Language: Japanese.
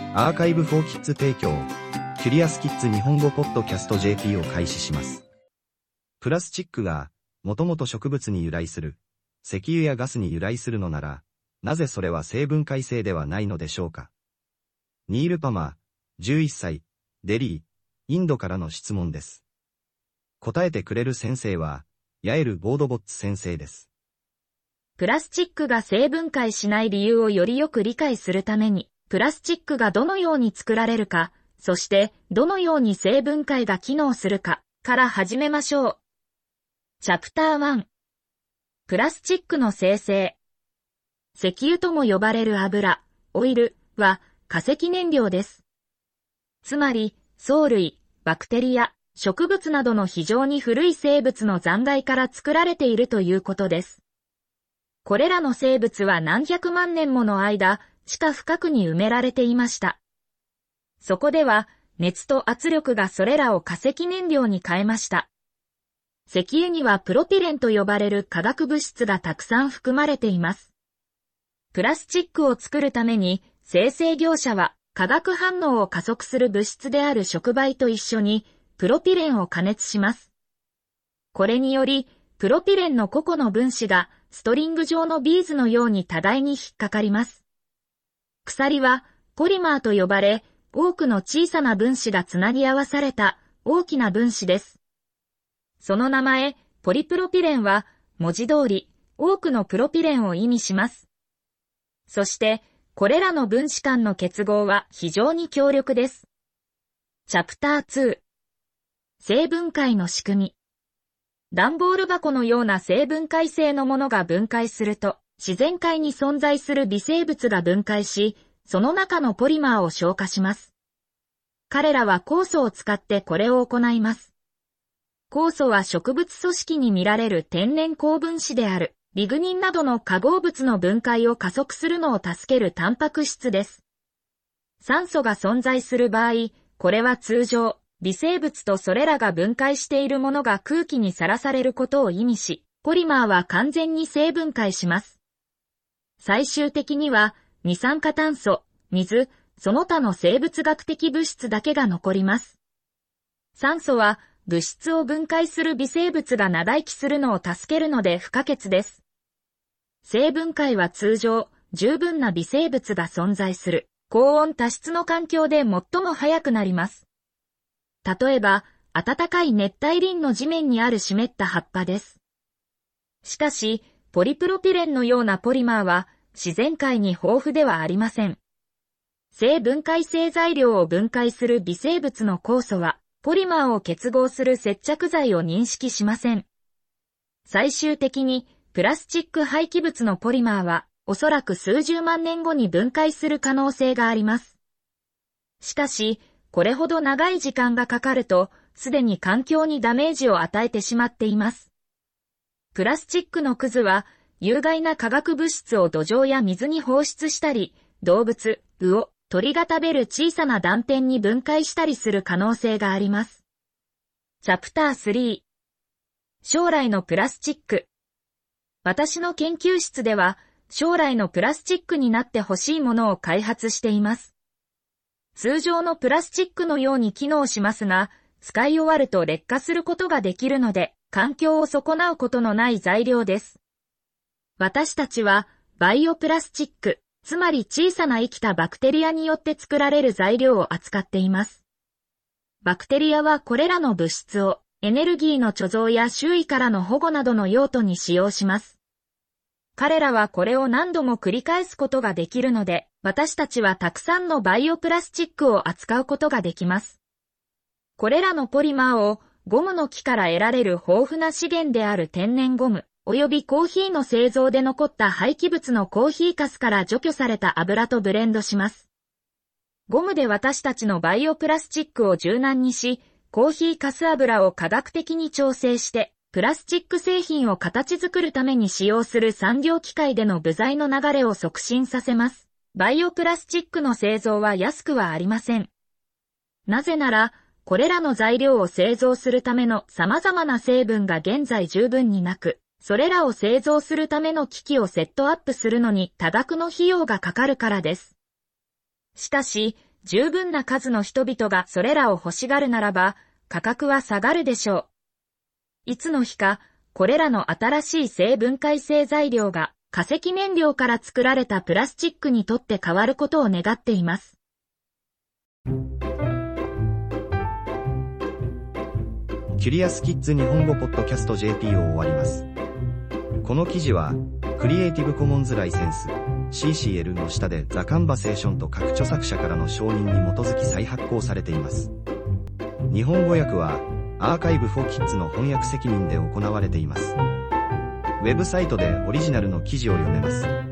アーカイブフォーキッズ提供、キュリアスキッズ日本語ポッドキャスト JP を開始します。プラスチックが、もともと植物に由来する、石油やガスに由来するのなら、なぜそれは生分解性ではないのでしょうか。ニール・パマー、11歳、デリー、インドからの質問です。答えてくれる先生は、ヤエル・ボードボッツ先生です。 プラスチックが生分解しない理由をよりよく理解するために、プラスチックがどのように作られるか、そしてどのように生分解が機能するかから始めましょう。チャプター1。プラスチックの生成。石油とも呼ばれる油、オイルは化石燃料です。つまり、藻類、バクテリア、植物などの非常に古い生物の残骸から作られているということです。これらの生物は何百万年もの間、地下深くに埋められていました。そこでは、熱と圧力がそれらを化石燃料に変えました。石油にはプロピレンと呼ばれる化学物質がたくさん含まれています。プラスチックを作るために、生成業者は化学反応を加速する物質である触媒と一緒に、プロピレンを加熱します。これにより、プロピレンの個々の分子が、ストリング状のビーズのように多大に引っかかります。鎖は、ポリマーと呼ばれ、多くの小さな分子がつなぎ合わされた大きな分子です。その名前、ポリプロピレンは、文字通り、多くのプロピレンを意味します。そして、これらの分子間の結合は非常に強力です。チャプター2。生分解の仕組み。段ボール箱のような生分解性のものが分解すると、自然界に存在する微生物が分解し、その中のポリマーを消化します。彼らは酵素を使ってこれを行います。酵素は植物組織に見られる天然高分子である、リグニンなどの化合物の分解を加速するのを助けるタンパク質です。酸素が存在する場合、これは通常、微生物とそれらが分解しているものが空気にさらされることを意味し、ポリマーは完全に生分解します。最終的には、二酸化炭素、水、その他の生物学的物質だけが残ります。酸素は、物質を分解する微生物が長生きするのを助けるので不可欠です。生分解は通常、十分な微生物が存在する、高温多湿の環境で最も早くなります。例えば、暖かい熱帯林の地面にある湿った葉っぱです。しかし、ポリプロピレンのようなポリマーは、自然界に豊富ではありません。生分解性材料を分解する微生物の酵素は、ポリマーを結合する接着剤を認識しません。最終的に、プラスチック廃棄物のポリマーは、おそらく数十万年後に分解する可能性があります。しかし、これほど長い時間がかかると、すでに環境にダメージを与えてしまっています。プラスチックのくずは、有害な化学物質を土壌や水に放出したり、動物、魚、鳥が食べる小さな断片に分解したりする可能性があります。チャプター3。将来のプラスチック。私の研究室では、将来のプラスチックになってほしいものを開発しています。通常のプラスチックのように機能しますが、使い終わると劣化することができるので、環境を損なうことのない材料です。私たちは、バイオプラスチック、つまり小さな生きたバクテリアによって作られる材料を扱っています。バクテリアはこれらの物質を、エネルギーの貯蔵や周囲からの保護などの用途に使用します。彼らはこれを何度も繰り返すことができるので、私たちはたくさんのバイオプラスチックを扱うことができます。これらのポリマーをゴムの木から得られる豊富な資源である天然ゴム、およびコーヒーの製造で残った廃棄物のコーヒーかすから除去された油とブレンドします。ゴムで私たちのバイオプラスチックを柔軟にし、コーヒーかす油を科学的に調整して、プラスチック製品を形作るために使用する産業機械での部材の流れを促進させます。バイオプラスチックの製造は安くはありません。なぜなら、これらの材料を製造するための様々な成分が現在十分になく、それらを製造するための機器をセットアップするのに多額の費用がかかるからです。しかし、 十分な数の人々がそれらを欲しがるならば、価格は下がるでしょう。いつの日か、これらの新しい生分解性材料が化石燃料から作られたプラスチックにとって変わることを願っています。 キュリアスキッズ日本語ポッドキャスト JP を終わります。この記事は、クリエイティブコモンズライセンス CCL の下でザ・カンバセーションと各著作者からの承認に基づき再発行されています。日本語訳は、アーカイブフォーキッズの翻訳責任で行われています。ウェブサイトでオリジナルの記事を読めます。